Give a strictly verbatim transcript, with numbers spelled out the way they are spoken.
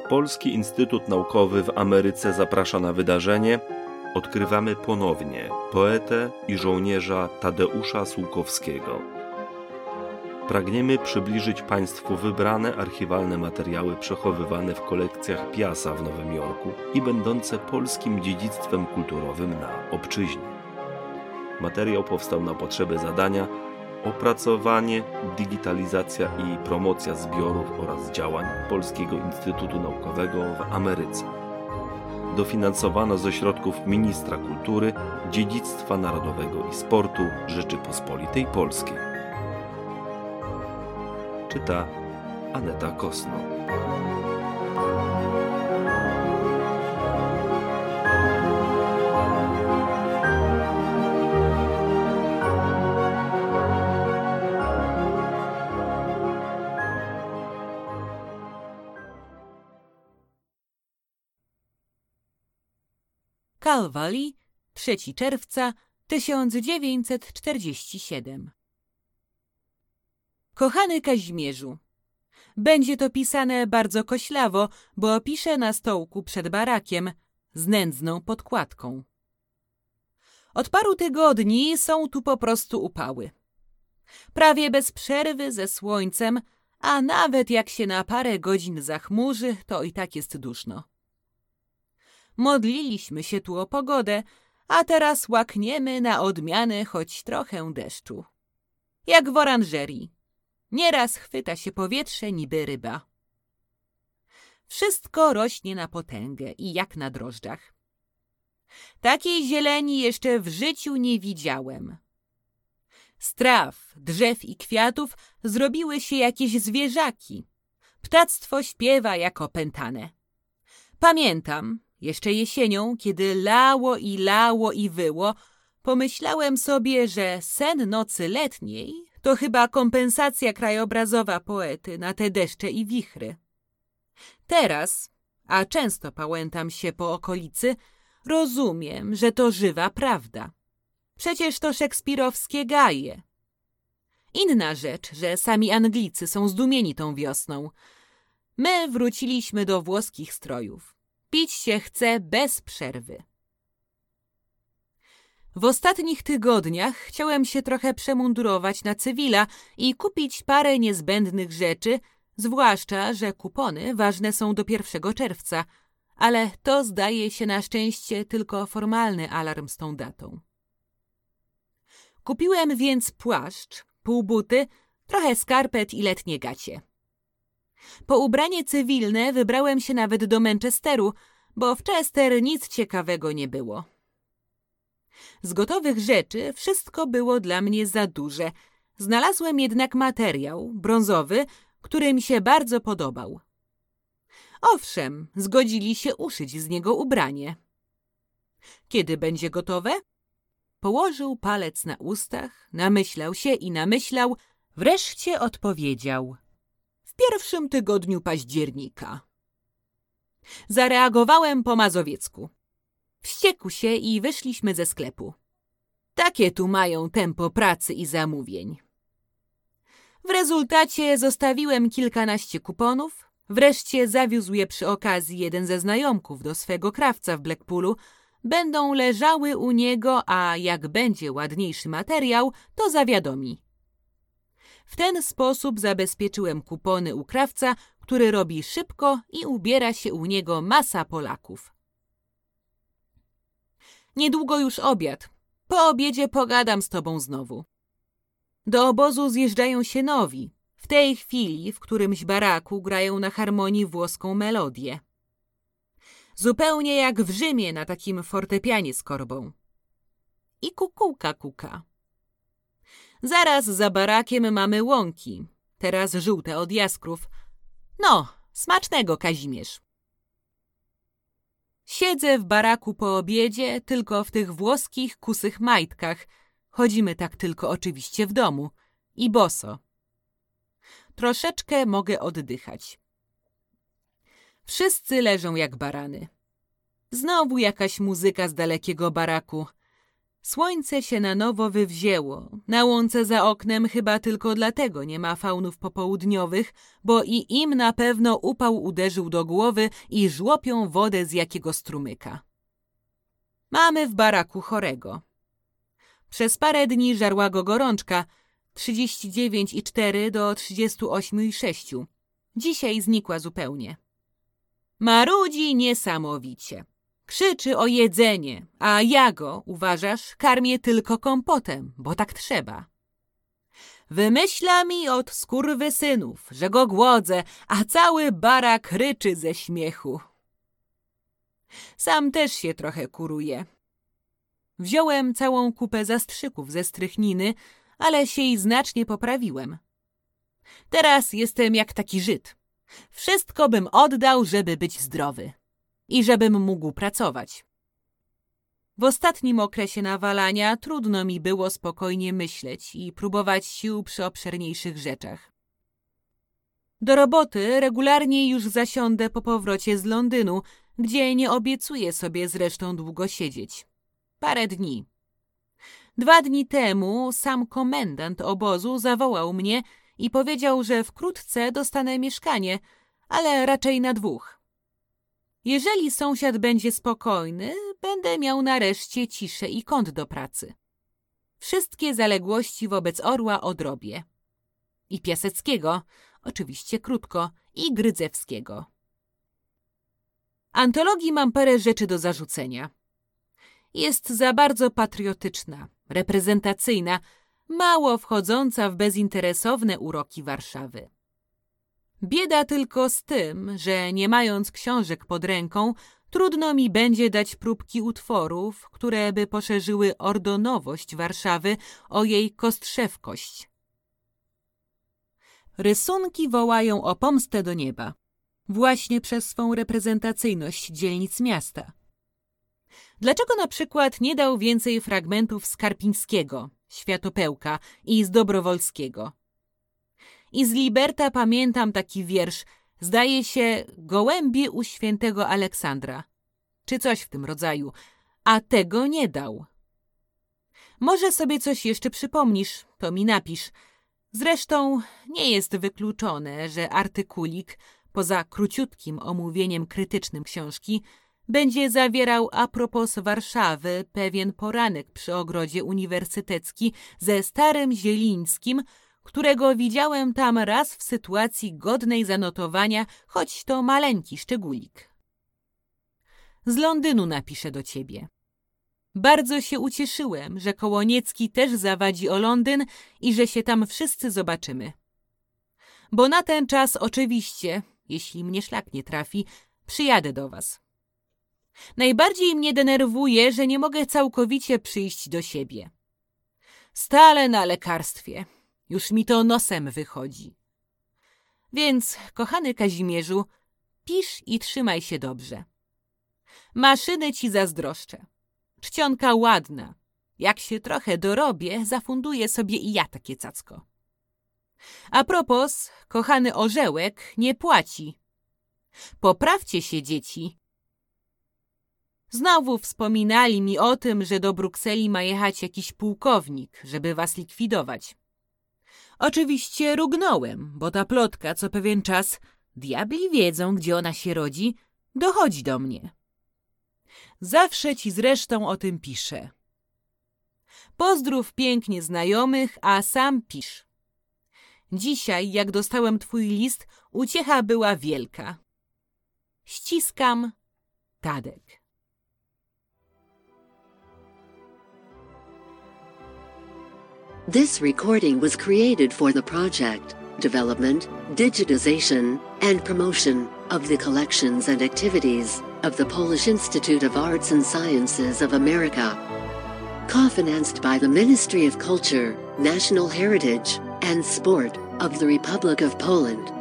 Polski Instytut Naukowy w Ameryce zaprasza na wydarzenie Odkrywamy ponownie poetę i żołnierza Tadeusza Sułkowskiego. Pragniemy przybliżyć Państwu wybrane archiwalne materiały przechowywane w kolekcjach Piasa w Nowym Jorku i będące polskim dziedzictwem kulturowym na obczyźnie. Materiał powstał na potrzeby zadania opracowanie, digitalizacja i promocja zbiorów oraz działań Polskiego Instytutu Naukowego w Ameryce. Dofinansowano ze środków Ministra Kultury, Dziedzictwa Narodowego i Sportu Rzeczypospolitej Polskiej. Czyta Aneta Kosno. Cal Valley, trzeciego czerwca tysiąc dziewięćset czterdziesty siódmy. Kochany Kazimierzu, będzie to pisane bardzo koślawo, bo piszę na stołku przed barakiem z nędzną podkładką. Od paru tygodni są tu po prostu upały. Prawie bez przerwy ze słońcem, a nawet jak się na parę godzin zachmurzy, to i tak jest duszno. Modliliśmy się tu o pogodę, a teraz łakniemy na odmianę choć trochę deszczu. Jak w oranżerii. Nieraz chwyta się powietrze niby ryba. Wszystko rośnie na potęgę i jak na drożdżach. Takiej zieleni jeszcze w życiu nie widziałem. Z traw, drzew i kwiatów zrobiły się jakieś zwierzaki. Ptactwo śpiewa jak opętane. Pamiętam, jeszcze jesienią, kiedy lało i lało i wyło, pomyślałem sobie, że sen nocy letniej to chyba kompensacja krajobrazowa poety na te deszcze i wichry. Teraz, a często pałętam się po okolicy, rozumiem, że to żywa prawda. Przecież to szekspirowskie gaje. Inna rzecz, że sami Anglicy są zdumieni tą wiosną. My wróciliśmy do włoskich strojów. Pić się chce bez przerwy. W ostatnich tygodniach chciałem się trochę przemundurować na cywila i kupić parę niezbędnych rzeczy, zwłaszcza, że kupony ważne są do pierwszego czerwca, ale to zdaje się na szczęście tylko formalny alarm z tą datą. Kupiłem więc płaszcz, półbuty, trochę skarpet i letnie gacie. Po ubranie cywilne wybrałem się nawet do Manchesteru, bo w Chester nic ciekawego nie było. Z gotowych rzeczy wszystko było dla mnie za duże. Znalazłem jednak materiał brązowy, który mi się bardzo podobał. Owszem, zgodzili się uszyć z niego ubranie. Kiedy będzie gotowe? Położył palec na ustach, namyślał się i namyślał, wreszcie odpowiedział. W pierwszym tygodniu października. Zareagowałem po mazowiecku. Wściekł się i wyszliśmy ze sklepu. Takie tu mają tempo pracy i zamówień. W rezultacie zostawiłem kilkanaście kuponów, wreszcie zawiózł je przy okazji jeden ze znajomków do swego krawca w Blackpoolu. Będą leżały u niego, a jak będzie ładniejszy materiał, to zawiadomi. W ten sposób zabezpieczyłem kupony u krawca, który robi szybko i ubiera się u niego masa Polaków. Niedługo już obiad. Po obiedzie pogadam z tobą znowu. Do obozu zjeżdżają się nowi. W tej chwili w którymś baraku grają na harmonii włoską melodię. Zupełnie jak w Rzymie na takim fortepianie z korbą. I kukułka kuka. Zaraz za barakiem mamy łąki, teraz żółte od jaskrów. No, smacznego, Kazimierz. Siedzę w baraku po obiedzie, tylko w tych włoskich, kusych majtkach. Chodzimy tak tylko oczywiście w domu. I boso. Troszeczkę mogę oddychać. Wszyscy leżą jak barany. Znowu jakaś muzyka z dalekiego baraku. Słońce się na nowo wywzięło. Na łące za oknem chyba tylko dlatego nie ma faunów popołudniowych, bo i im na pewno upał uderzył do głowy i żłopią wodę z jakiego strumyka. Mamy w baraku chorego. Przez parę dni żarła go gorączka, trzydzieści dziewięć i cztery do trzydziestu ośmiu i sześciu. Dzisiaj znikła zupełnie. Marudzi niesamowicie. Krzyczy o jedzenie, a ja go, uważasz, karmię tylko kompotem, bo tak trzeba. Wymyśla mi od skurwysynów, że go głodzę, a cały barak ryczy ze śmiechu. Sam też się trochę kuruje. Wziąłem całą kupę zastrzyków ze strychniny, ale się i znacznie poprawiłem. Teraz jestem jak taki Żyd. Wszystko bym oddał, żeby być zdrowy i żebym mógł pracować. W ostatnim okresie nawalania trudno mi było spokojnie myśleć i próbować sił przy obszerniejszych rzeczach. Do roboty regularnie już zasiądę po powrocie z Londynu, gdzie nie obiecuję sobie zresztą długo siedzieć. Parę dni. Dwa dni temu sam komendant obozu zawołał mnie i powiedział, że wkrótce dostanę mieszkanie, ale raczej na dwóch. Jeżeli sąsiad będzie spokojny, będę miał nareszcie ciszę i kąt do pracy. Wszystkie zaległości wobec Orła odrobię. I Piaseckiego, oczywiście krótko, i Grydzewskiego. Antologii mam parę rzeczy do zarzucenia. Jest za bardzo patriotyczna, reprezentacyjna, mało wchodząca w bezinteresowne uroki Warszawy. Bieda tylko z tym, że nie mając książek pod ręką, trudno mi będzie dać próbki utworów, które by poszerzyły ordonowość Warszawy o jej kostrzewkość. Rysunki wołają o pomstę do nieba, właśnie przez swą reprezentacyjność dzielnic miasta. Dlaczego na przykład nie dał więcej fragmentów z Karpińskiego, Światopełka i z Dobrowolskiego? I z Liberta pamiętam taki wiersz, zdaje się, Gołębie u świętego Aleksandra, czy coś w tym rodzaju, a tego nie dał. Może sobie coś jeszcze przypomnisz, to mi napisz. Zresztą nie jest wykluczone, że artykulik, poza króciutkim omówieniem krytycznym książki, będzie zawierał a propos Warszawy pewien poranek przy ogrodzie uniwersytecki ze starym Zielińskim, którego widziałem tam raz w sytuacji godnej zanotowania, choć to maleńki szczególik. Z Londynu napiszę do ciebie. Bardzo się ucieszyłem, że Kołoniecki też zawadzi o Londyn i że się tam wszyscy zobaczymy. Bo na ten czas oczywiście, jeśli mnie szlak nie trafi, przyjadę do was. Najbardziej mnie denerwuje, że nie mogę całkowicie przyjść do siebie. Stale na lekarstwie. Już mi to nosem wychodzi. Więc, kochany Kazimierzu, pisz i trzymaj się dobrze. Maszyny ci zazdroszczę. Czcionka ładna. Jak się trochę dorobię, zafunduję sobie i ja takie cacko. A propos, kochany orzełek nie płaci. Poprawcie się, dzieci. Znowu wspominali mi o tym, że do Brukseli ma jechać jakiś pułkownik, żeby was likwidować. Oczywiście rugnąłem, bo ta plotka co pewien czas, diabli wiedzą, gdzie ona się rodzi, dochodzi do mnie. Zawsze ci zresztą o tym piszę. Pozdrów pięknie znajomych, a sam pisz. Dzisiaj, jak dostałem twój list, uciecha była wielka. Ściskam, Tadek. This recording was created for the project, development, digitization, and promotion of the collections and activities of the Polish Institute of Arts and Sciences of America. Co-financed by the Ministry of Culture, National Heritage, and Sport of the Republic of Poland.